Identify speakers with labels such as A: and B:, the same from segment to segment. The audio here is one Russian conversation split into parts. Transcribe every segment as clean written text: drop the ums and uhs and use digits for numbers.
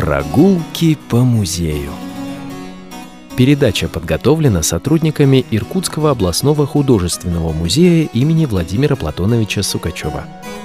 A: Прогулки по музею. Передача подготовлена сотрудниками Иркутского областного художественного музея имени Владимира Платоновича Сукачева.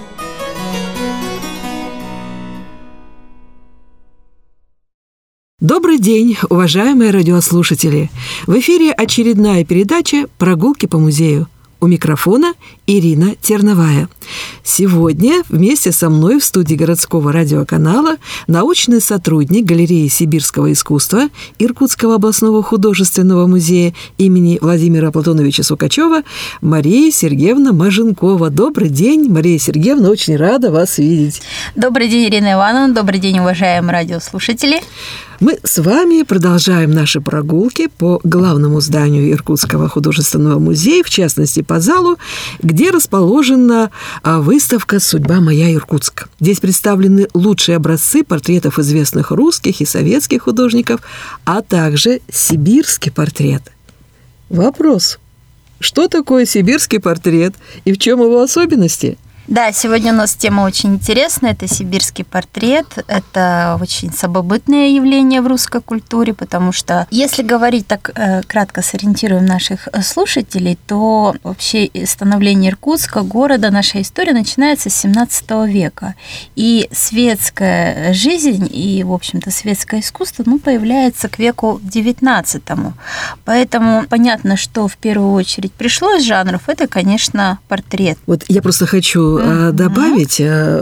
B: Добрый день, уважаемые радиослушатели! В эфире очередная передача «Прогулки по музею». У микрофона Ирина Терновая. Сегодня вместе со мной в студии городского радиоканала научный сотрудник галереи сибирского искусства Иркутского областного художественного музея имени Владимира Платоновича Сукачева Мария Сергеевна Маженкова. Добрый день, Мария Сергеевна, очень рада вас видеть.
C: Добрый день, Ирина Ивановна, добрый день, уважаемые радиослушатели.
B: Мы с вами продолжаем наши прогулки по главному зданию Иркутского художественного музея, в частности, по залу, где расположена выставка «Судьба моя Иркутск». Здесь представлены лучшие образцы портретов известных русских и советских художников, а также сибирский портрет. Вопрос: что такое сибирский портрет и в чем его особенности?
C: Да, сегодня у нас тема очень интересная. Это сибирский портрет. Это очень самобытное явление в русской культуре, потому что, если говорить так кратко, сориентируем наших слушателей, то вообще становление Иркутска, города, наша история начинается с 17 века. И светская жизнь и, в общем-то, светское искусство появляется к веку XIX. Поэтому понятно, что в первую очередь пришло из жанров, это, конечно, портрет.
B: Вот я просто хочу добавить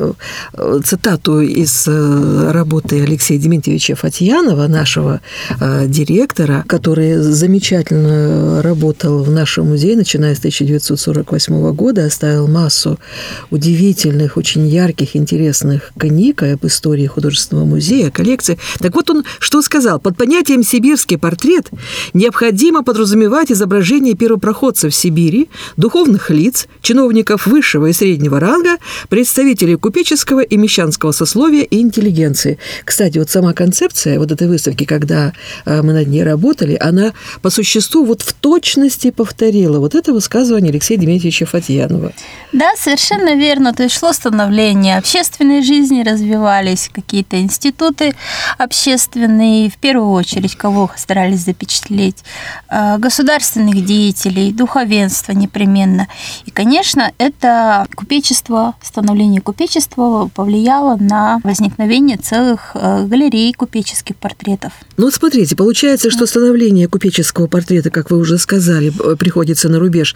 B: цитату из работы Алексея Дементьевича Фатьянова, нашего директора, который замечательно работал в нашем музее, начиная с 1948 года, оставил массу удивительных, очень ярких, интересных книг об истории художественного музея, коллекции. Так вот он что сказал? Под понятием «сибирский портрет» необходимо подразумевать изображение первопроходцев Сибири, духовных лиц, чиновников высшего и среднего ранга, представителей купеческого и мещанского сословия и интеллигенции. Кстати, вот сама концепция вот этой выставки, когда мы над ней работали, она по существу вот в точности повторила вот это высказывание Алексея Дементьевича Фатьянова.
C: Да, совершенно верно. То есть шло становление общественной жизни, развивались какие-то институты общественные, в первую очередь, кого старались запечатлеть, государственных деятелей, духовенство непременно. И, конечно, это становление купечества повлияло на возникновение целых галерей купеческих портретов.
B: Ну вот смотрите, получается, что становление купеческого портрета, как вы уже сказали, приходится на рубеж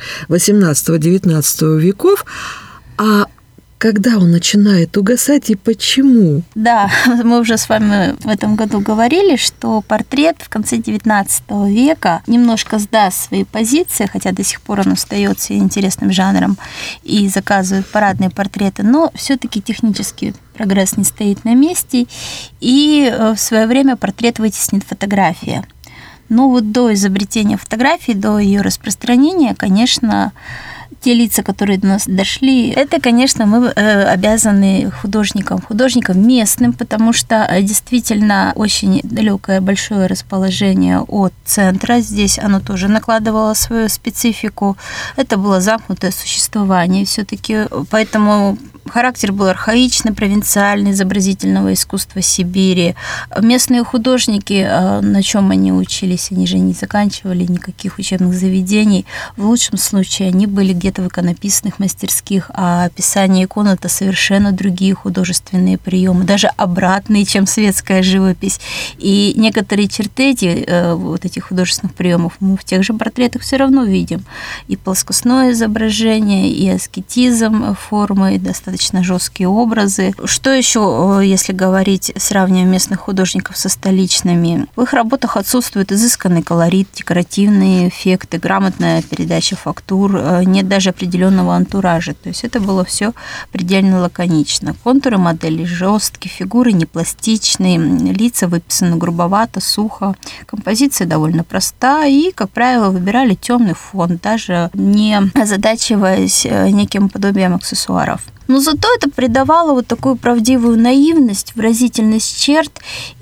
B: XVIII-XIX веков, а когда он начинает угасать и почему?
C: Да, мы уже с вами в этом году говорили, что портрет в конце XIX века немножко сдаст свои позиции, хотя до сих пор он остается интересным жанром и заказывают парадные портреты, но все-таки технический прогресс не стоит на месте, и в свое время портрет вытеснит фотография. Но вот до изобретения фотографии, до ее распространения, конечно, те лица, которые до нас дошли, это, конечно, мы обязаны художникам местным, потому что действительно очень далекое большое расположение от центра. Здесь оно тоже накладывало свою специфику. Это было замкнутое существование все-таки, поэтому характер был архаичный, провинциальный, изобразительного искусства Сибири. Местные художники, на чем они учились, они же не заканчивали никаких учебных заведений. В лучшем случае они были где-то в иконописных мастерских, а описание икон – это совершенно другие художественные приемы, даже обратные, чем светская живопись. И некоторые черты этих художественных приемов мы в тех же портретах все равно видим. И плоскостное изображение, и аскетизм формы, и достаточно жесткие образы. Что еще, если говорить, сравнивая местных художников со столичными? В их работах отсутствует изысканный колорит, декоративные эффекты, грамотная передача фактур, нет даже определенного антуража. То есть это было все предельно лаконично. Контуры моделей жесткие, фигуры непластичные, лица выписаны грубовато, сухо. Композиция довольно проста и, как правило, выбирали темный фон, даже не озадачиваясь неким подобием аксессуаров. Но зато это придавало вот такую правдивую наивность, выразительность черт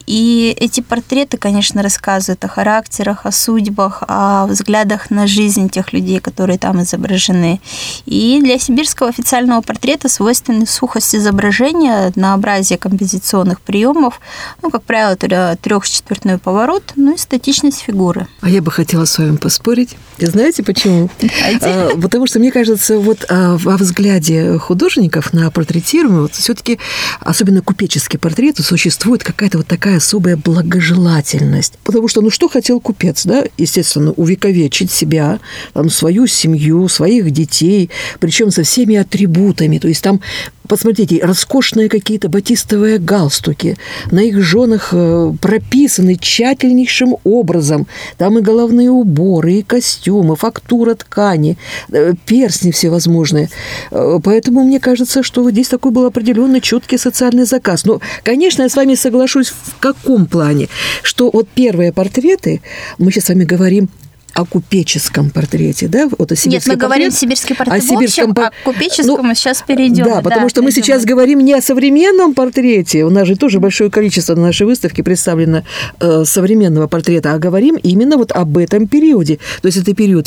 C: И эти портреты, конечно, рассказывают о характерах, о судьбах, о взглядах на жизнь тех людей, которые там изображены. И для сибирского официального портрета свойственны сухость изображения, однообразие композиционных приемов, как правило, трехчетвертной поворот, и статичность фигуры.
B: А я бы хотела с вами поспорить. И знаете почему? Потому что, мне кажется, во взгляде художников на портретируемые, все-таки, особенно купеческие портреты, существует какая-то такая особая благожелательность. Потому что, что хотел купец, да? Естественно, увековечить себя, свою семью, своих детей, причем со всеми атрибутами. То есть там, посмотрите, роскошные какие-то батистовые галстуки, на их женах прописаны тщательнейшим образом. Там и головные уборы, и костюмы, фактура ткани, перстни всевозможные. Поэтому мне кажется, что здесь такой был определенный четкий социальный заказ. Но, конечно, я с вами соглашусь в каком плане, что первые портреты, мы сейчас с вами говорим о купеческом портрете, да?
C: Нет, мы говорим сибирский портрет в общем, а к купеческому сейчас перейдем.
B: Да, потому что мы сейчас говорим не о современном портрете, у нас же тоже большое количество на нашей выставке представлено современного портрета, а говорим именно об этом периоде. То есть это период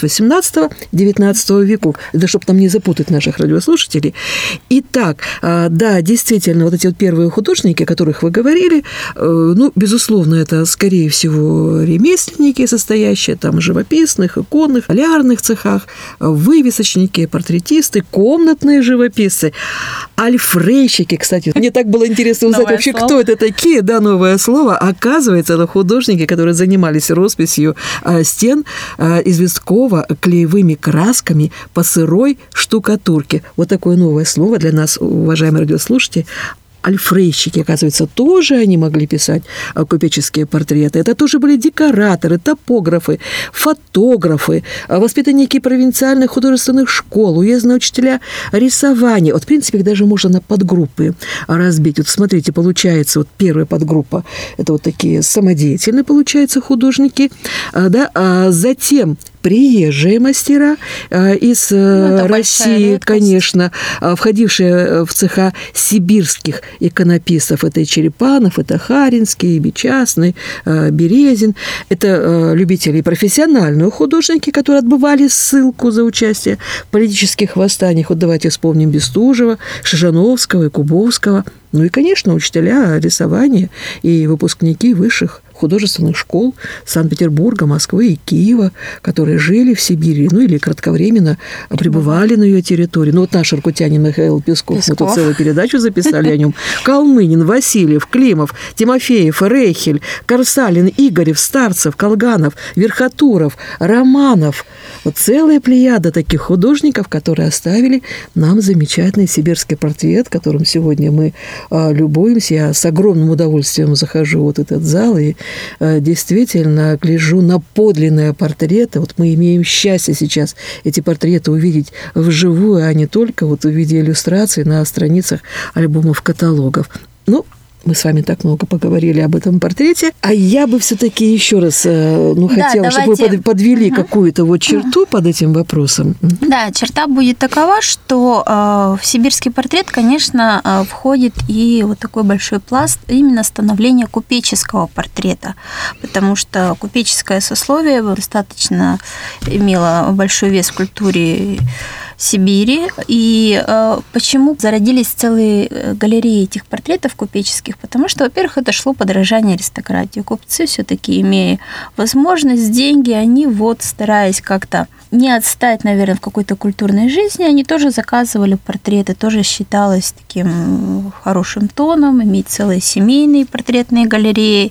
B: 18-19 веков. Это чтобы нам не запутать наших радиослушателей. Итак, да, действительно, эти первые художники, о которых вы говорили, безусловно, это, скорее всего, ремесленники, состоящие живописные, иконных, полярных цехах, вывесочники, портретисты, комнатные живописцы, альфрейщики, кстати. Мне так было интересно узнать вообще, кто это такие, да, новое слово. Оказывается, это художники, которые занимались росписью стен известково клеевыми красками по сырой штукатурке. Вот такое новое слово для нас, уважаемые радиослушатели. Альфрейщики, оказывается, тоже они могли писать купеческие портреты. Это тоже были декораторы, топографы, фотографы, воспитанники провинциальных художественных школ, уездные учителя рисования. В принципе, их даже можно на подгруппы разбить. Смотрите, получается, первая подгруппа – это такие самодеятельные, получается, художники. Да? А затем приезжие мастера из России, конечно, входившие в цеха сибирских иконописцев. Это и Черепанов, это Харинский, и Бичастный, Березин. Это любители и профессиональные художники, которые отбывали ссылку за участие в политических восстаниях. Давайте вспомним Бестужева, Шижановского и Кубовского. И, конечно, учителя рисования и выпускники высших художественных школ Санкт-Петербурга, Москвы и Киева, которые жили в Сибири, или кратковременно пребывали на ее территории. Наш иркутянин Михаил Песков, мы тут целую передачу записали о нем. Калмынин, Васильев, Климов, Тимофеев, Рейхель, Корсалин, Игорев, Старцев, Колганов, Верхотуров, Романов. Целая плеяда таких художников, которые оставили нам замечательный сибирский портрет, которым сегодня мы любуемся. Я с огромным удовольствием захожу в этот зал и действительно гляжу на подлинные портреты. Мы имеем счастье сейчас эти портреты увидеть вживую, а не только в виде иллюстраций на страницах альбомов, каталогов. Мы с вами так много поговорили об этом портрете, а я бы все-таки еще раз хотела, чтобы вы подвели какую-то черту под этим вопросом.
C: Да, черта будет такова, что в сибирский портрет, конечно, входит и такой большой пласт именно становления купеческого портрета, потому что купеческое сословие достаточно имело большой вес в культуре Сибири. И почему зародились целые галереи этих портретов купеческих? Потому что, во-первых, это шло подражание аристократии. Купцы все-таки, имея возможность, деньги, они стараясь как-то не отстать, наверное, в какой-то культурной жизни, они тоже заказывали портреты, тоже считалось таким хорошим тоном, иметь целые семейные портретные галереи.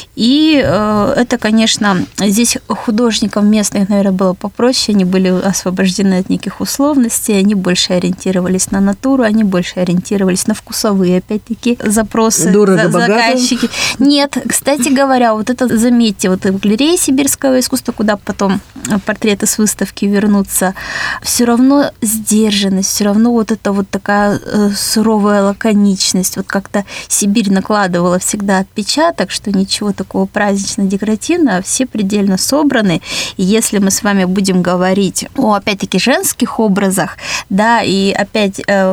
C: И это, конечно, здесь художникам местных, наверное, было попроще, они были освобождены от неких условностей, они больше ориентировались на натуру, они больше ориентировались на вкусовые, опять-таки, запросы, заказчики. Нет, кстати говоря, это, заметьте, в галерее сибирского искусства, куда потом портреты с выставки вернутся, все равно сдержанность, все равно эта такая суровая лаконичность, как-то Сибирь накладывала всегда отпечаток, что ничего такого празднично-декоративного, все предельно собраны. И если мы с вами будем говорить о, опять-таки, женских образах, да, и опять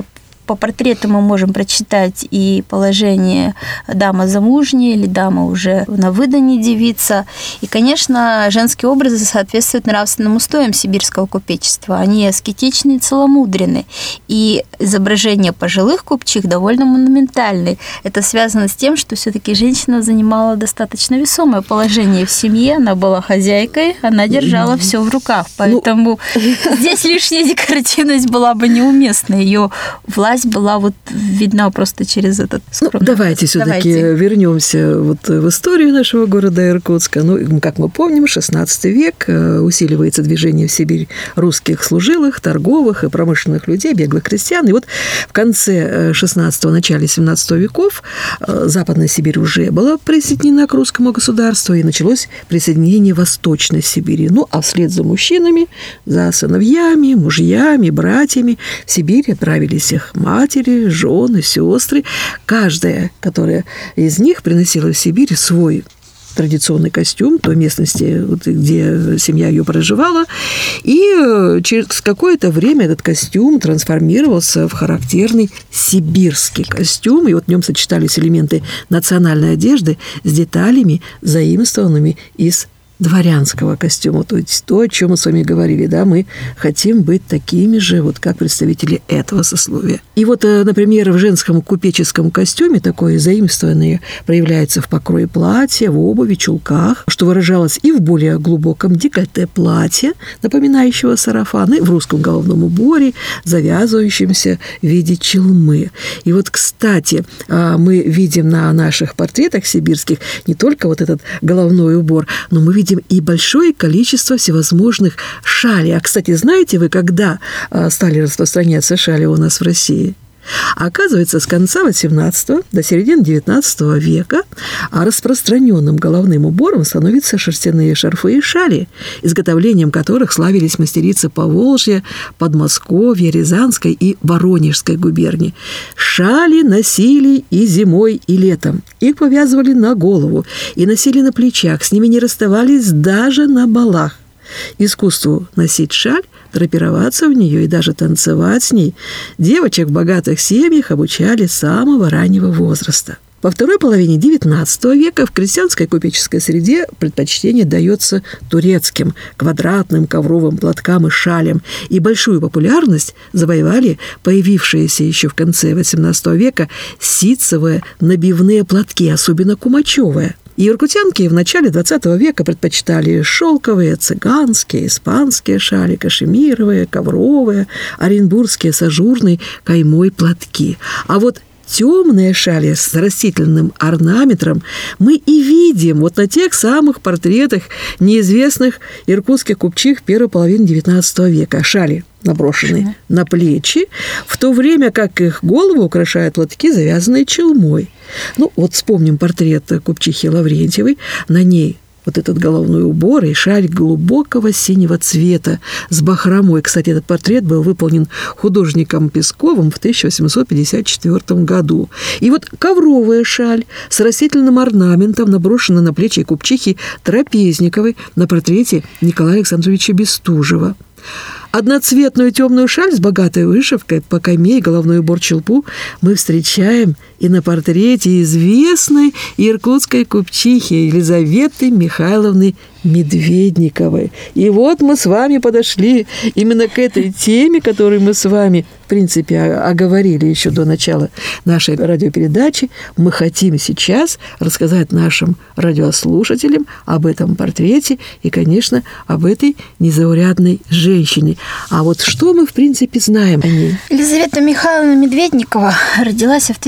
C: по портрету мы можем прочитать и положение дама замужняя или дама уже на выдане девица. И, конечно, женские образы соответствуют нравственным устоям сибирского купечества. Они аскетичны и целомудренны. И изображение пожилых купчих довольно монументальны. Это связано с тем, что все-таки женщина занимала достаточно весомое положение в семье. Она была хозяйкой, она держала все в руках. Поэтому здесь лишняя декоративность была бы неуместна. Ее власть была видна просто через этот скромный.
B: Давайте все-таки вернемся в историю нашего города Иркутска. Как мы помним, XVI век, усиливается движение в Сибирь русских служилых, торговых и промышленных людей, беглых крестьян. И в конце XVI, начале XVII веков Западная Сибирь уже была присоединена к русскому государству, и началось присоединение Восточной Сибири. А вслед за мужчинами, за сыновьями, мужьями, братьями в Сибирь отправились их матери, жены, сестры. Каждая, которая из них приносила в Сибирь свой традиционный костюм той местности, где семья ее проживала, и через какое-то время этот костюм трансформировался в характерный сибирский костюм, и в нем сочетались элементы национальной одежды с деталями, заимствованными из дворянского костюма, то есть то, о чем мы с вами говорили, да, мы хотим быть такими же, как представители этого сословия. И например, в женском купеческом костюме такое заимствование проявляется в покрое платья, в обуви, чулках, что выражалось и в более глубоком декольте платья, напоминающего сарафан, и в русском головном уборе, завязывающемся в виде челмы. И кстати, мы видим на наших портретах сибирских не только этот головной убор, но мы видим и большое количество всевозможных шалей. А, кстати, знаете вы, когда стали распространяться шали у нас в России? Оказывается, с конца XVIII до середины XIX века распространенным головным убором становятся шерстяные шарфы и шали, изготовлением которых славились мастерицы Поволжья, Подмосковья, Рязанской и Воронежской губернии. Шали носили и зимой, и летом. Их повязывали на голову и носили на плечах, с ними не расставались даже на балах. Искусству носить шаль, драпироваться в нее и даже танцевать с ней девочек в богатых семьях обучали с самого раннего возраста. Во второй половине XIX века в крестьянской купеческой среде предпочтение дается турецким, квадратным ковровым платкам и шалям, и большую популярность завоевали появившиеся еще в конце XVIII века ситцевые набивные платки, особенно кумачевые. И иркутянки в начале XX века предпочитали шелковые, цыганские, испанские шали, кашемировые, ковровые, оренбургские с ажурной каймой платки. А темные шали с растительным орнаментом мы и видим на тех самых портретах неизвестных иркутских купчих первой половины XIX века. Шали наброшены на плечи, в то время как их голову украшают платки, завязанные челмой. Вспомним портрет купчихи Лаврентьевой. На ней этот головной убор и шаль глубокого синего цвета с бахромой. Кстати, этот портрет был выполнен художником Песковым в 1854 году. И ковровая шаль с растительным орнаментом наброшена на плечи купчихи Трапезниковой на портрете Николая Александровича Бестужева. Одноцветную темную шаль с богатой вышивкой по кайме и головной убор челпу мы встречаем и на портрете известной иркутской купчихи Елизаветы Михайловны Медведниковой. И мы с вами подошли именно к этой теме, которую мы с вами, в принципе, оговорили еще до начала нашей радиопередачи. Мы хотим сейчас рассказать нашим радиослушателям об этом портрете и, конечно, об этой незаурядной женщине. А что мы, в принципе, знаем о ней?
C: Елизавета Михайловна Медведникова родилась в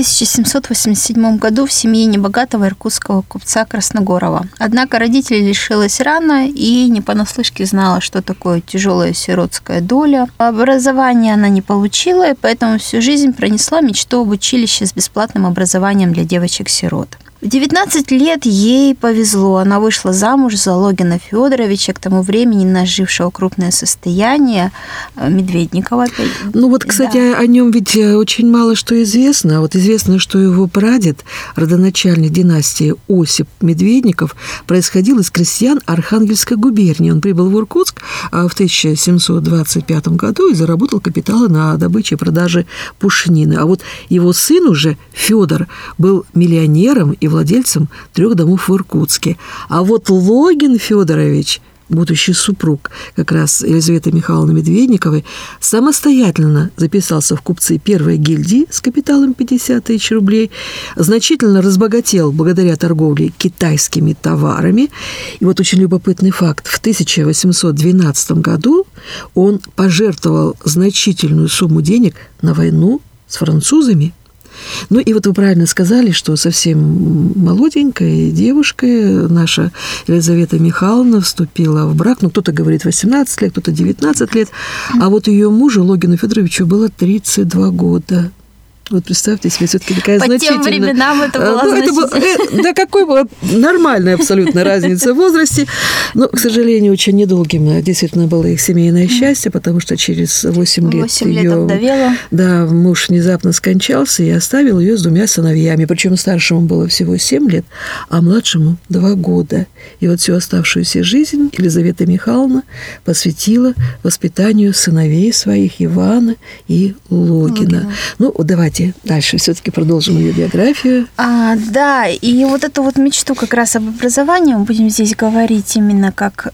C: 1787 году в семье небогатого иркутского купца Красногорова. Однако родители лишилась рано и не понаслышке знала, что такое тяжелая сиротская доля. Образование она не получила, и поэтому всю жизнь пронесла мечту об училище с бесплатным образованием для девочек-сирот. В 19 лет ей повезло. Она вышла замуж за Логина Федоровича, к тому времени нажившего крупное состояние, Медведникова.
B: Ну вот, кстати, о нем ведь очень мало что известно. Вот известно, что его прадед, родоначальник династии Осип Медведников, происходил из крестьян Архангельской губернии. Он прибыл в Иркутск в 1725 году и заработал капиталы на добыче и продаже пушнины. А вот его сын уже, Федор, был миллионером и владельцем 3 домов в Иркутске. А вот Логин Федорович, будущий супруг как раз Елизаветы Михайловны Медведниковой, самостоятельно записался в купцы первой гильдии с капиталом 50 тысяч рублей, значительно разбогател благодаря торговле китайскими товарами. И вот очень любопытный факт. В 1812 году он пожертвовал значительную сумму денег на войну с французами. Ну и вот вы правильно сказали, что совсем молоденькая девушка наша Елизавета Михайловна вступила в брак. Ну, кто-то говорит 18 лет, кто-то 19 лет. А вот ее мужу Логину Федоровичу было 32 года. Вот представьте себе, все-таки такая значительная...
C: По тем временам это была значительная.
B: Да, какой была нормальная абсолютно разница в возрасте. Но, к сожалению, очень недолгим действительно было их семейное счастье, потому что через 8 лет ее... Да, муж внезапно скончался и оставил ее с 2 сыновьями. Причем старшему было всего 7 лет, а младшему 2 года. И вот всю оставшуюся жизнь Елизавета Михайловна посвятила воспитанию сыновей своих Ивана и Логина. Ну, давайте дальше все-таки продолжим ее биографию.
C: Да, и вот эту вот мечту как раз об образовании мы будем здесь говорить именно как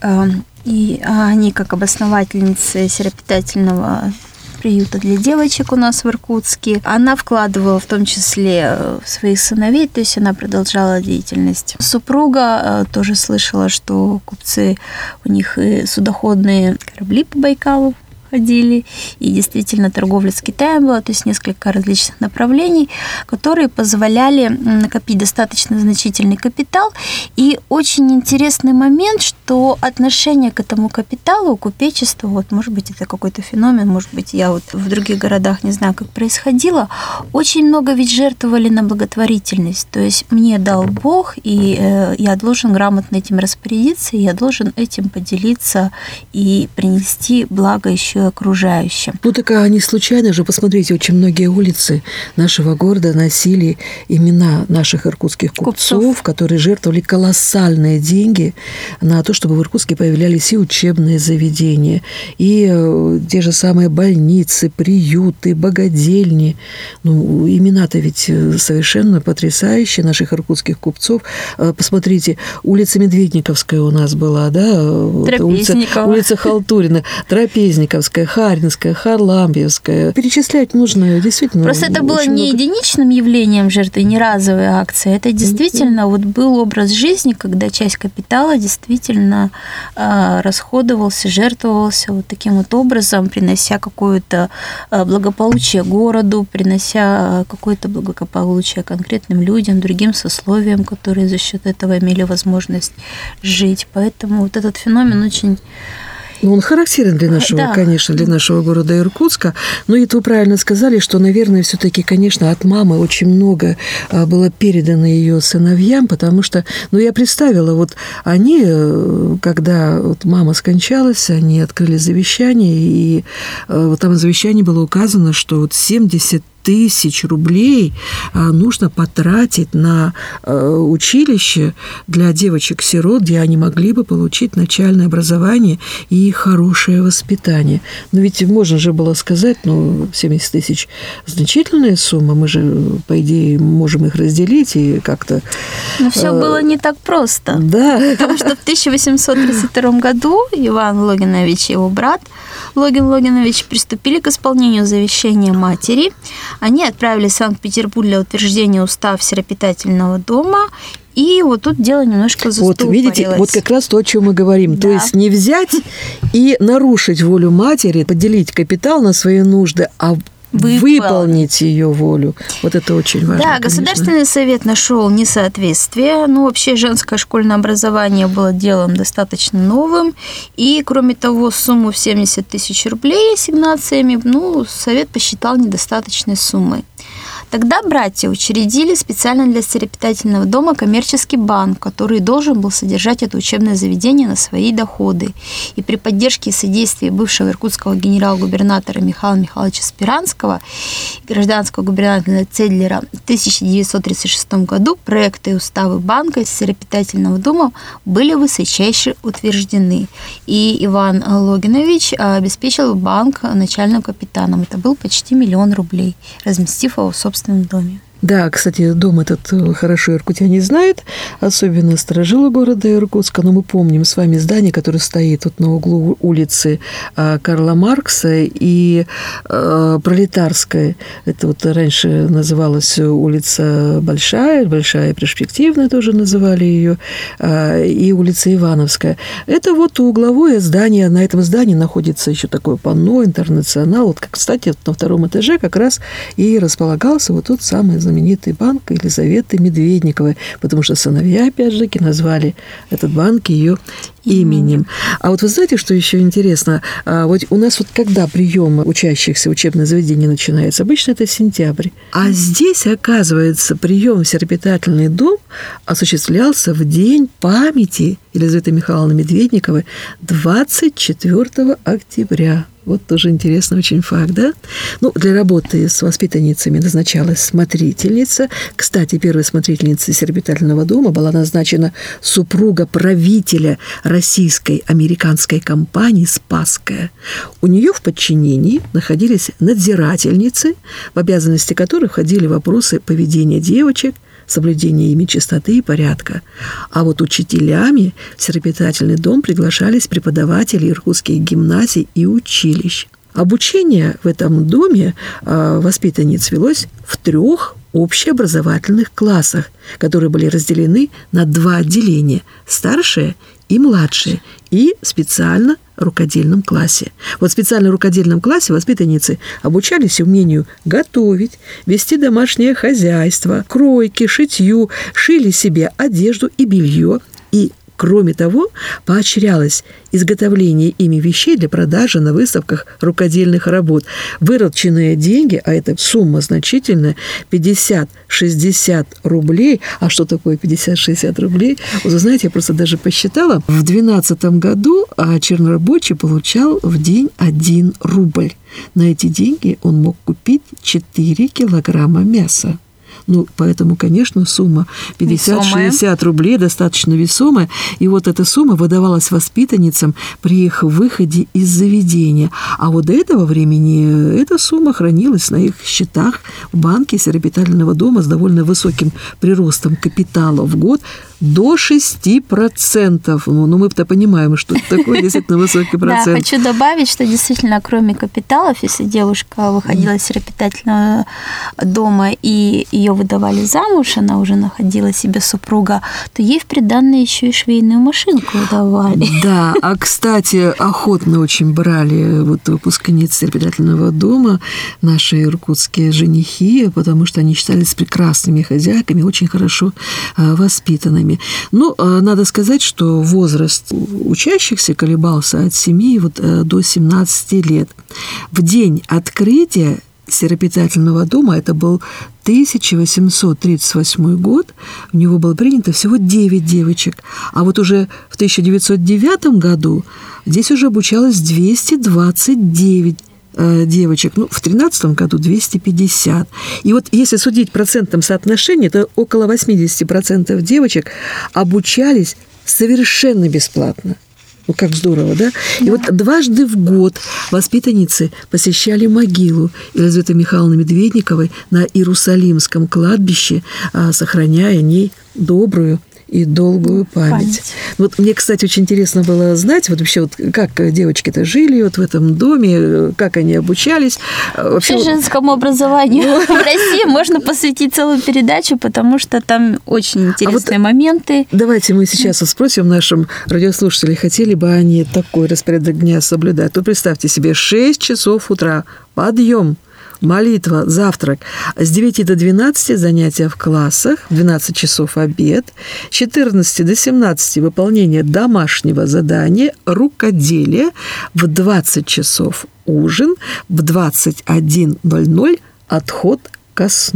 C: и они как об основательнице сиропитательного приюта для девочек у нас в Иркутске. Она вкладывала в том числе в своих сыновей, то есть она продолжала деятельность супруга. Тоже слышала, что купцы, у них и судоходные корабли по Байкалу ходили, и действительно торговля с Китаем была, то есть несколько различных направлений, которые позволяли накопить достаточно значительный капитал. И очень интересный момент, что отношение к этому капиталу у купечества, вот, может быть, это какой-то феномен, может быть, я вот в других городах не знаю, как происходило, очень много ведь жертвовали на благотворительность, то есть мне дал Бог, и я должен грамотно этим распорядиться, и я должен этим поделиться и принести благо еще окружающим.
B: Ну, так не случайно же, посмотрите, очень многие улицы нашего города носили имена наших иркутских купцов, которые жертвовали колоссальные деньги на то, чтобы в Иркутске появлялись и учебные заведения, и те же самые больницы, приюты, богадельни. Ну, имена-то ведь совершенно потрясающие наших иркутских купцов. Посмотрите, улица Медведниковская у нас была, да? Улица Халтурина, Трапезниковская, Харинская, Харламбьевская. Перечислять нужно действительно.
C: Просто это было не единичным явлением жертвы, не разовой акции. Это действительно вот был образ жизни, когда часть капитала действительно расходовался, жертвовался вот таким вот образом, принося какое-то благополучие городу, принося какое-то благополучие конкретным людям, другим сословиям, которые за счет этого имели возможность жить. Поэтому вот этот феномен очень...
B: Ну, он характерен для нашего, конечно, для нашего города Иркутска. Но это вы правильно сказали, что, наверное, все-таки, конечно, от мамы очень много было передано ее сыновьям, потому что, ну, я представила, вот они, когда вот мама скончалась, они открыли завещание, и вот там в завещании было указано, что вот 70 тысяч рублей нужно потратить на училище для девочек-сирот, где они могли бы получить начальное образование и хорошее воспитание. Но ведь можно же было сказать, 70 тысяч – значительная сумма, мы же, по идее, можем их разделить и как-то…
C: Но все было не так просто.
B: Да.
C: Потому что в 1832 году Иван Логинович и его брат Логин Логинович приступили к исполнению завещания матери. Они отправились в Санкт-Петербург для утверждения устава сиропитательного дома. И вот тут дело немножко застопорилось.
B: Вот видите, вот как раз то, о чем мы говорим. Да. То есть не взять и нарушить волю матери, поделить капитал на свои нужды, а выполнить ее волю. Вот это очень важно.
C: Да, Государственный совет нашел несоответствие. Ну, вообще, женское школьное образование было делом достаточно новым. И, кроме того, сумму в 70 тысяч рублей ассигнациями, Совет посчитал недостаточной суммой. Тогда братья учредили специально для стереопитательного дома коммерческий банк, который должен был содержать это учебное заведение на свои доходы. И при поддержке и содействии бывшего иркутского генерал-губернатора Михаила Михайловича Спиранского и гражданского губернатора Цедлера в 1936 году проекты и уставы банка и стереопитательного дома были высочайше утверждены. И Иван Логинович обеспечил банк начальным капитаном. Это был почти 1 000 000 рублей, разместив его в собственном доме.
B: Да, кстати, дом этот хорошо иркутяне знают, особенно сторожилы города Иркутска, но мы помним с вами здание, которое стоит тут на углу улицы Карла Маркса и Пролетарской. Это вот раньше называлась улица Большая Перспективная тоже называли ее, и улица Ивановская. Это вот угловое здание, на этом здании находится еще такое панно «Интернационал». Вот, кстати, на 2-м этаже как раз и располагался вот тот самый знаменитый банк Елизаветы Медведниковой, потому что сыновья, опять же, назвали этот банк ее именем. А вот вы знаете, что еще интересно? Вот у нас вот когда прием учащихся в учебное заведение начинается? Обычно это сентябрь. А здесь, оказывается, прием в стереопитательный дом осуществлялся в день памяти Елизаветы Михайловны Медведниковой 24 октября. Вот тоже интересный очень факт, да? Ну, для работы с воспитанницами назначалась смотрительница. Кстати, первой смотрительницей стереопитательного дома была назначена супруга правителя российской американской компании «Спасская». У нее в подчинении находились надзирательницы, в обязанности которых входили вопросы поведения девочек, соблюдение ими чистоты и порядка. А вот учителями в стереопитательный дом приглашались преподаватели иркутских гимназий и училищ. Обучение в этом доме воспитанниц велось в 3 общеобразовательных классах, которые были разделены на 2 отделения – старшее и младшее, и специально рукодельном классе. Вот в специально рукодельном классе воспитанницы обучались умению готовить, вести домашнее хозяйство, кройке, шитью, шили себе одежду и белье. И, кроме того, поощрялось изготовление ими вещей для продажи на выставках рукодельных работ. Вырученные деньги, а это сумма значительная, 50-60 рублей. А что такое 50-60 рублей? Вот, вы знаете, я просто даже посчитала. В 2012 году чернорабочий получал в день 1 рубль. На эти деньги он мог купить 4 килограмма мяса. Ну, поэтому, конечно, сумма 50-60 рублей достаточно весомая. И вот эта сумма выдавалась воспитанницам при их выходе из заведения. А вот до этого времени эта сумма хранилась на их счетах в банке стереопитательного дома с довольно высоким приростом капитала в год до 6%. Ну, мы-то понимаем, что это такое действительно высокий процент.
C: Да, хочу добавить, что действительно, кроме капиталов, если девушка выходила из стереопитательного дома и ее выдавали замуж, она уже находила себе супруга, то ей в приданное еще и швейную машинку выдавали.
B: Да, а, кстати, охотно очень брали вот выпускниц стереопитательного дома наши иркутские женихи, потому что они считались прекрасными хозяйками, очень хорошо воспитанными. Ну, надо сказать, что возраст учащихся колебался от 7 до 17 лет. В день открытия стереопитательного дома, это был 1838 год, в него было принято всего 9 девочек. А вот уже в 1909 году здесь уже обучалось 229 девочек, ну, в 2013 году 250. И вот если судить процентном соотношении, то около 80% девочек обучались совершенно бесплатно. Ну, как здорово, да? И вот дважды в год воспитанницы посещали могилу Елизаветы Михайловны Медведниковой на Иерусалимском кладбище, сохраняя о ней добрую и долгую память. Вот мне, кстати, очень интересно было знать, вот вообще, вот, как девочки-то жили вот в этом доме, как они обучались.
C: Вообще женскому образованию в России можно посвятить целую передачу, потому что там очень интересные моменты.
B: Давайте мы сейчас спросим нашим радиослушателей, хотели бы они такой распорядок дня соблюдать. То представьте себе, 6 часов утра, подъем, молитва, завтрак. С 9 до 12 занятия в классах, в 12 часов обед, с 14 до 17 выполнение домашнего задания, рукоделие, в 20 часов ужин, в 21:00 отход ко сну.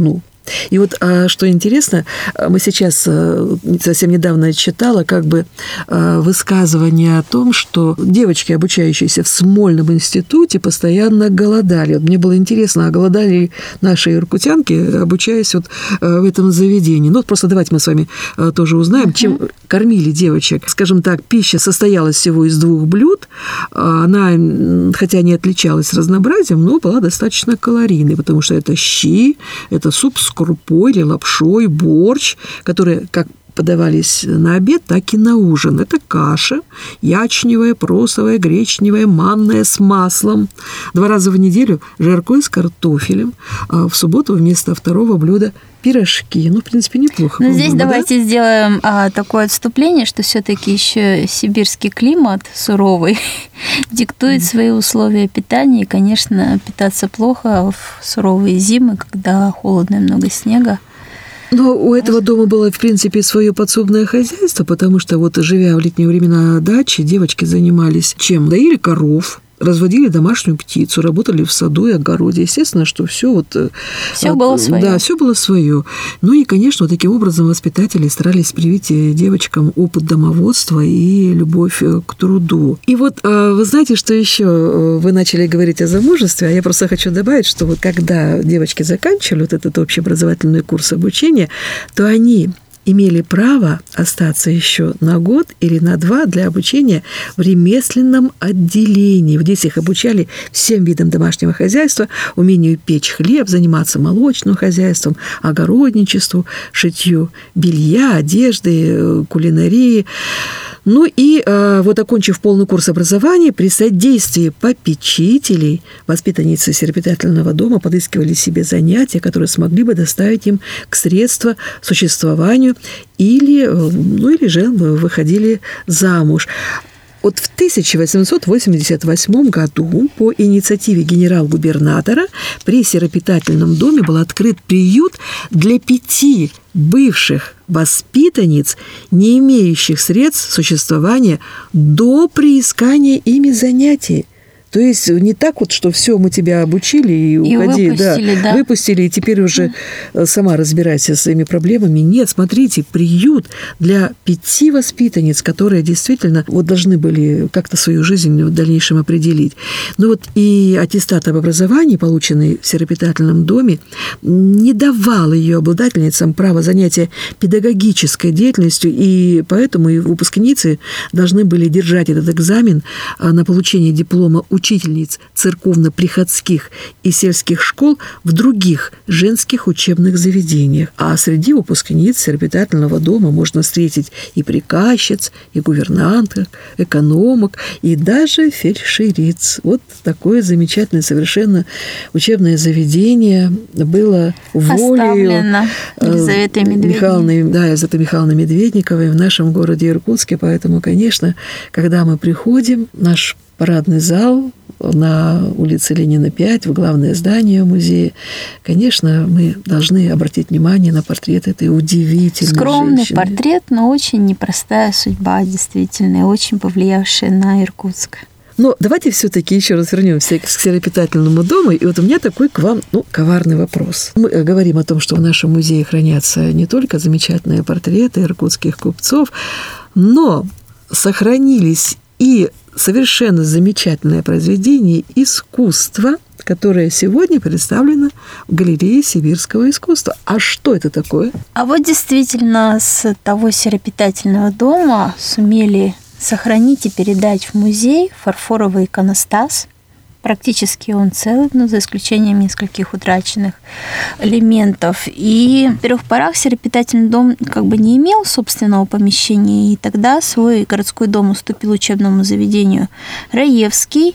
B: И вот, что интересно, мы сейчас совсем недавно читала высказывание о том, что девочки, обучающиеся в Смольном институте, постоянно голодали. Вот мне было интересно, а голодали ли наши иркутянки, обучаясь в этом заведении? Просто давайте мы с вами тоже узнаем, чем кормили девочек. Скажем так, пища состоялась всего из 2 блюд. Она, хотя не отличалась разнообразием, но была достаточно калорийной, потому что это щи, это суп с крупой или лапшой, борщ, которые как подавались на обед, так и на ужин. Это каша ячневая, просовая, гречневая, манная с маслом. 2 раза в неделю жаркое с картофелем. А в субботу вместо 2-го блюда пирожки. В принципе, неплохо.
C: Но здесь давайте сделаем такое отступление, что все-таки еще сибирский климат суровый диктует свои условия питания. И, конечно, питаться плохо в суровые зимы, когда холодно и много снега.
B: Но у этого дома было, в принципе, свое подсобное хозяйство, потому что живя в летние времена на даче, девочки занимались чем? Доили коров, разводили домашнюю птицу, работали в саду и огороде. Естественно, что все
C: было свое.
B: Да, все было свое. И, конечно, таким образом воспитатели старались привить девочкам опыт домоводства и любовь к труду. И вы знаете, что еще вы начали говорить о замужестве, а я просто хочу добавить, что когда девочки заканчивали этот общеобразовательный курс обучения, то они имели право остаться еще на год или на 2 для обучения в ремесленном отделении. Здесь их обучали всем видам домашнего хозяйства, умению печь хлеб, заниматься молочным хозяйством, огородничеству, шитью белья, одежды, кулинарии. Окончив полный курс образования, при содействии попечителей воспитанницы сиропитательного дома подыскивали себе занятия, которые смогли бы доставить им к средству существованию или же выходили замуж. В 1888 году по инициативе генерал-губернатора при сиропитательном доме был открыт приют для 5 бывших воспитанниц, не имеющих средств существования до приискания ими занятий. То есть не так что все, мы тебя обучили и уходи. Выпустили, и теперь уже сама разбирайся со своими проблемами. Нет, смотрите, приют для 5 воспитанниц, которые действительно должны были как-то свою жизнь в дальнейшем определить. И аттестат об образовании, полученный в сиропитательном доме, не давал ее обладательницам права занятия педагогической деятельностью, и поэтому и выпускницы должны были держать этот экзамен на получение диплома учительниц церковно-приходских и сельских школ в других женских учебных заведениях. А среди выпускниц сиропитательного дома можно встретить и приказчиц, и гувернанток, экономок, и даже фельдшериц. Такое замечательное совершенно учебное заведение было волею
C: Елизаветой
B: Михайловны Медведниковой в нашем городе Иркутске. Поэтому, конечно, когда мы приходим, наш парадный зал на улице Ленина, 5, в главное здание музея, конечно, мы должны обратить внимание на портрет этой удивительной
C: скромный
B: женщины.
C: Портрет, но очень непростая судьба, действительно, и очень повлиявшая на Иркутск.
B: Но давайте все-таки еще раз вернемся к сиропитательному дому. И у меня такой к вам коварный вопрос. Мы говорим о том, что в нашем музее хранятся не только замечательные портреты иркутских купцов, но сохранились и совершенно замечательное произведение искусства, которое сегодня представлено в галерее сибирского искусства. А что это такое?
C: А действительно с того сиропитательного дома сумели сохранить и передать в музей фарфоровый иконостас. Практически он целый, но за исключением нескольких утраченных элементов. И в 3 порах сиропитательный дом не имел собственного помещения, и тогда свой городской дом уступил учебному заведению Раевский.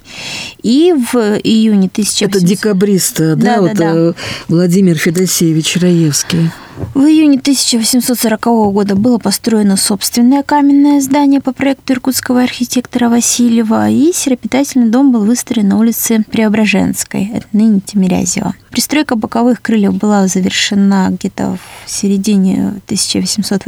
C: И в июне 1800...
B: Это декабрист, да. Владимир Федосеевич Раевский.
C: В июне 1840 года было построено собственное каменное здание по проекту иркутского архитектора Васильева, и сиропитательный дом был выстроен на улице Преображенской, это ныне Тимирязева. Пристройка боковых крыльев была завершена где-то в середине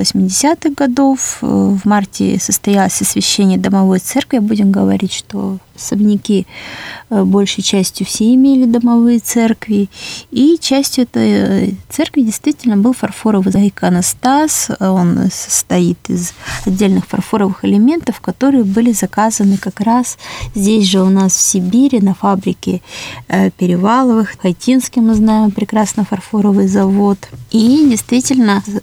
C: 1880-х годов. В марте состоялось освящение домовой церкви. Будем говорить, что особняки большей частью все имели домовые церкви, и частью этой церкви действительно был фарфоровый иконостас. Он состоит из отдельных фарфоровых элементов, которые были заказаны как раз здесь же у нас в Сибири, на фабрике Переваловых. В Хайтинске мы знаем прекрасно фарфоровый завод. И действительно, в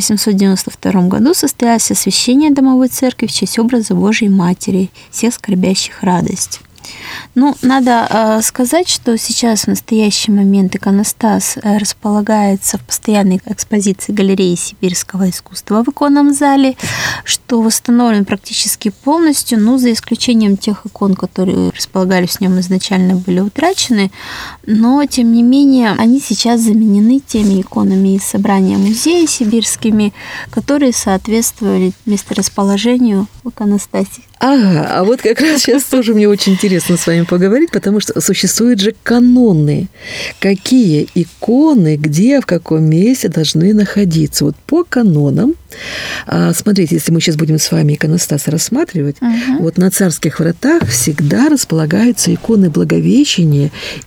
C: 1892 году состоялось освящение домовой церкви в честь образа Божьей Матери, всех скорбящих радость. Ну, надо сказать, что сейчас в настоящий момент иконостас располагается в постоянной экспозиции галереи сибирского искусства в иконном зале, что восстановлен практически полностью, ну, за исключением тех икон, которые располагались в нем изначально, были утрачены, но, тем не менее, они сейчас заменены теми иконами из собрания музея сибирскими, которые соответствовали месторасположению в иконостасе.
B: Ага, а вот как раз сейчас тоже мне очень интересно с вами поговорить, потому что существуют же каноны. Какие иконы, где, в каком месте должны находиться? Вот по канонам, смотрите, если мы сейчас будем с вами иконостас рассматривать, вот на Царских вратах всегда располагаются иконы Благовещения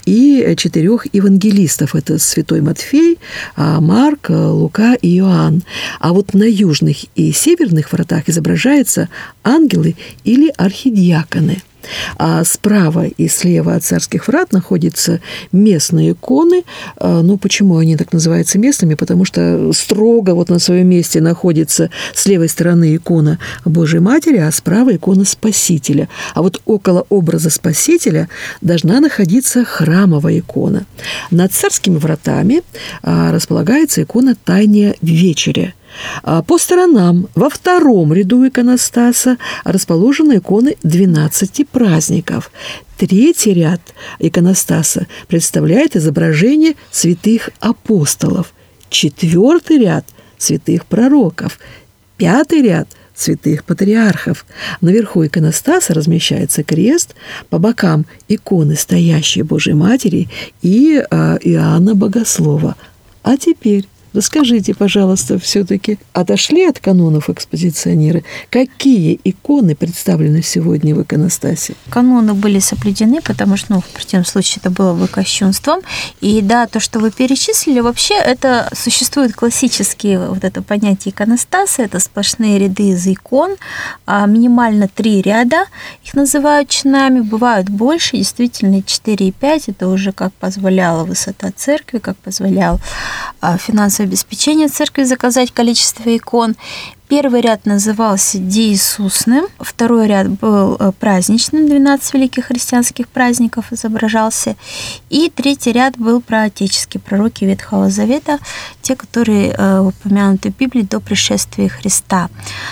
B: и 4 евангелистов. Это святой Матфей, Марк, Лука и Иоанн. А вот на южных и северных вратах изображаются ангелы или архидиаконы. А справа и слева от Царских врат находятся местные иконы. Ну, почему они так называются местными? Потому что строго вот на своем месте находится с левой стороны икона Божьей Матери, а справа икона Спасителя. А вот около образа Спасителя должна находиться храмовая икона. Над Царскими вратами располагается икона Тайная вечеря. По сторонам во втором ряду иконостаса расположены иконы 12 праздников. Третий ряд иконостаса представляет изображение святых апостолов. Четвертый ряд – святых пророков. Пятый ряд – святых патриархов. Наверху иконостаса размещается крест, по бокам иконы стоящей Божьей Матери и Иоанна Богослова. А теперь расскажите, пожалуйста, все-таки отошли от канонов экспозиционеры? Какие иконы представлены сегодня в иконостасе?
C: Каноны были соблюдены, потому что, в противном случае это было бы кощунством. И да, то, что вы перечислили, вообще это существует классические вот это понятие иконостаса, это сплошные ряды из икон, минимально 3 ряда, их называют чинами, бывают больше, действительно 4 и 5, это уже как позволяла высота церкви, как позволял финансовое обеспечение церкви заказать количество икон. Первый ряд назывался деисусным, второй ряд был праздничным, 12 великих христианских праздников изображался, и третий ряд был про отеческие пророки Ветхого Завета, те, которые упомянуты в Библии до пришествия Христа.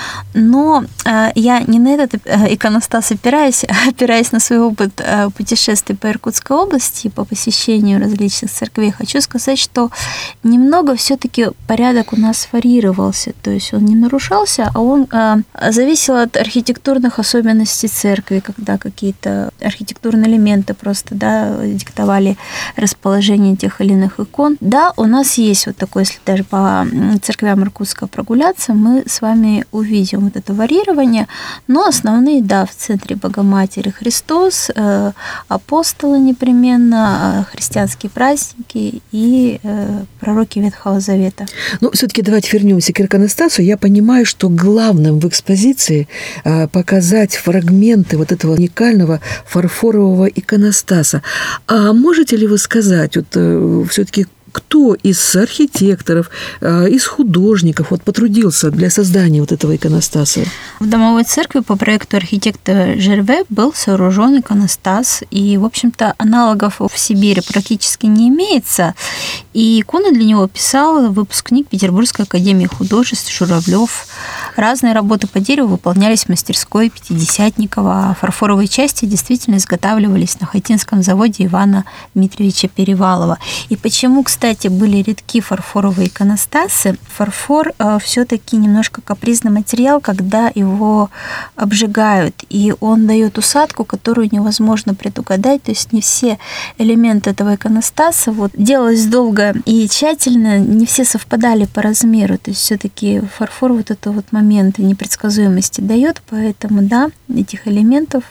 C: Но я не на этот иконостас опираясь на свой опыт путешествий по Иркутской области, по посещению различных церквей, хочу сказать, что немного все-таки порядок у нас варьировался, то есть он не нарушался, а он зависел от архитектурных особенностей церкви, когда какие-то архитектурные элементы просто диктовали расположение тех или иных икон. Да, у нас есть вот такое, если даже по церквям Иркутска прогуляться, мы с вами увидим вот это варьирование, но основные, в центре Богоматери Христос, апостолы непременно, христианские праздники и пророки Ветхого Завета.
B: Ну, все-таки давайте вернемся к иконостасу. Я понимаю, что главным в экспозиции показать фрагменты вот этого уникального фарфорового иконостаса. А можете ли вы сказать, вот все-таки кто из архитекторов, из художников потрудился для создания вот этого иконостаса?
C: В домовой церкви по проекту архитектора Жерве был сооружен иконостас, и, в общем-то, аналогов в Сибири практически не имеется. И иконы для него писал выпускник Петербургской академии художеств Журавлев. Разные работы по дереву выполнялись в мастерской Пятидесятникова, а фарфоровые части действительно изготавливались на Хайтинском заводе Ивана Дмитриевича Перевалова. И почему, кстати, были редки фарфоровые иконостасы? Фарфор все-таки немножко капризный материал, когда его обжигают, и он дает усадку, которую невозможно предугадать. То есть не все элементы этого иконостаса делалось долго и тщательно, не все совпадали по размеру. То есть все-таки фарфор этот момент момент непредсказуемости дает, поэтому, да, этих элементов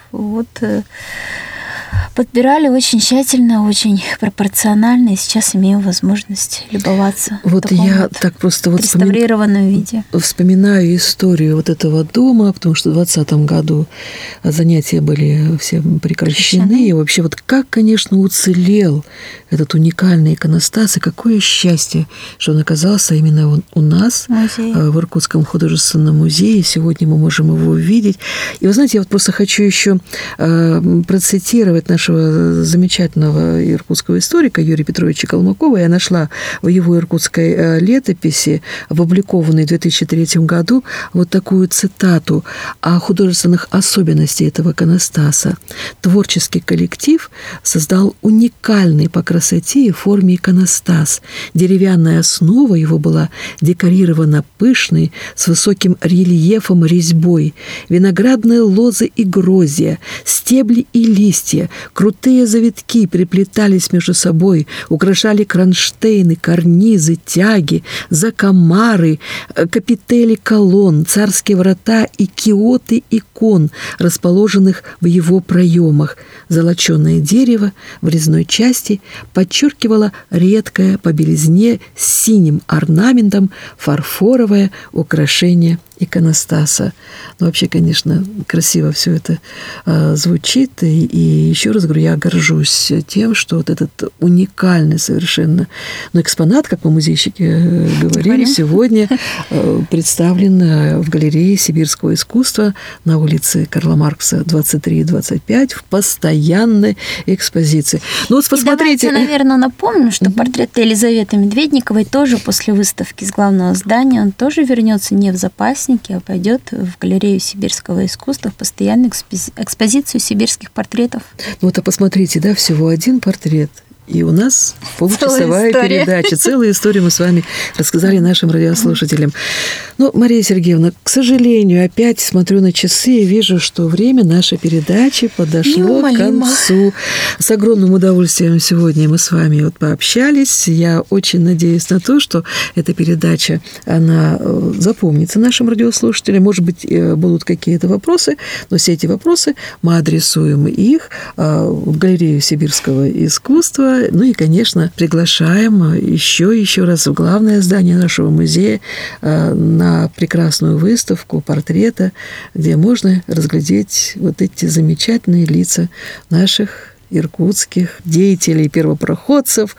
C: подбирали очень тщательно, очень пропорционально, и сейчас имею возможность любоваться в таком
B: я так просто
C: реставрированном виде.
B: Вспоминаю историю этого дома, потому что в 2020 году занятия были все прекращены. И вообще как, конечно, уцелел этот уникальный иконостас, и какое счастье, что он оказался именно у нас, в Иркутском художественном музее. Сегодня мы можем его увидеть. И вы знаете, я просто хочу еще процитировать нашего замечательного иркутского историка Юрия Петровича Калмыкова. Я нашла в его иркутской летописи, опубликованной в 2003 году, такую цитату о художественных особенностях этого иконостаса. Творческий коллектив создал уникальный по красоте и форме иконостас. Деревянная основа его была декорирована пышной, с высоким рельефом резьбой. Виноградные лозы и гроздья, стебли и листья, крутые завитки приплетались между собой, украшали кронштейны, карнизы, тяги, закомары, капители колонн, царские врата и киоты икон, расположенных в его проемах. Золоченое дерево в резной части подчеркивало редкое по белизне с синим орнаментом фарфоровое украшение иконостаса. Вообще, конечно, красиво все это звучит. И еще раз говорю, я горжусь тем, что этот уникальный совершенно экспонат, как мы музейщики говорили, сегодня представлен в галерее сибирского искусства на улице Карла Маркса 23 и 25 в постоянной экспозиции. Посмотрите.
C: Давайте, наверное, напомню, что портрет Елизаветы Медведниковой тоже после выставки с главного здания, он тоже вернется не в запасник, а пойдет в галерею сибирского искусства, в постоянную экспозицию сибирских портретов.
B: Посмотрите, всего один портрет. И у нас получасовая передача. Целую историю мы с вами рассказали нашим радиослушателям. Мария Сергеевна, к сожалению, опять смотрю на часы и вижу, что время нашей передачи подошло к концу. С огромным удовольствием сегодня мы с вами пообщались. Я очень надеюсь на то, что эта передача, она запомнится нашим радиослушателям. Может быть, будут какие-то вопросы, но все эти вопросы мы адресуем их в галерею сибирского искусства. И, конечно, приглашаем еще раз в главное здание нашего музея на прекрасную выставку портрета, где можно разглядеть эти замечательные лица наших иркутских деятелей, первопроходцев,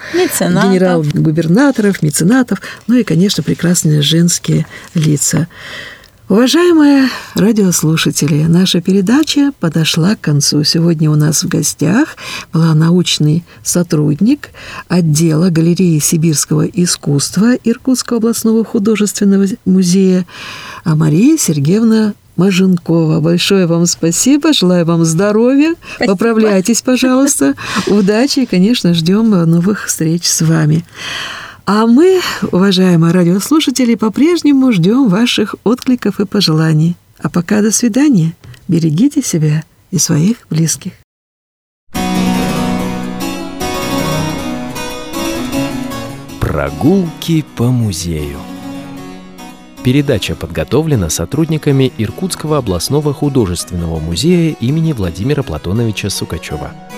B: генерал-губернаторов, меценатов, и, конечно, прекрасные женские лица. Уважаемые радиослушатели, наша передача подошла к концу. Сегодня у нас в гостях была научный сотрудник отдела галереи сибирского искусства Иркутского областного художественного музея Мария Сергеевна Маженкова. Большое вам спасибо, желаю вам здоровья, поправляйтесь, пожалуйста, удачи и, конечно, ждем новых встреч с вами. А мы, уважаемые радиослушатели, по-прежнему ждем ваших откликов и пожеланий. А пока до свидания. Берегите себя и своих близких.
A: Прогулки по музею. Передача подготовлена сотрудниками Иркутского областного художественного музея имени Владимира Платоновича Сукачева.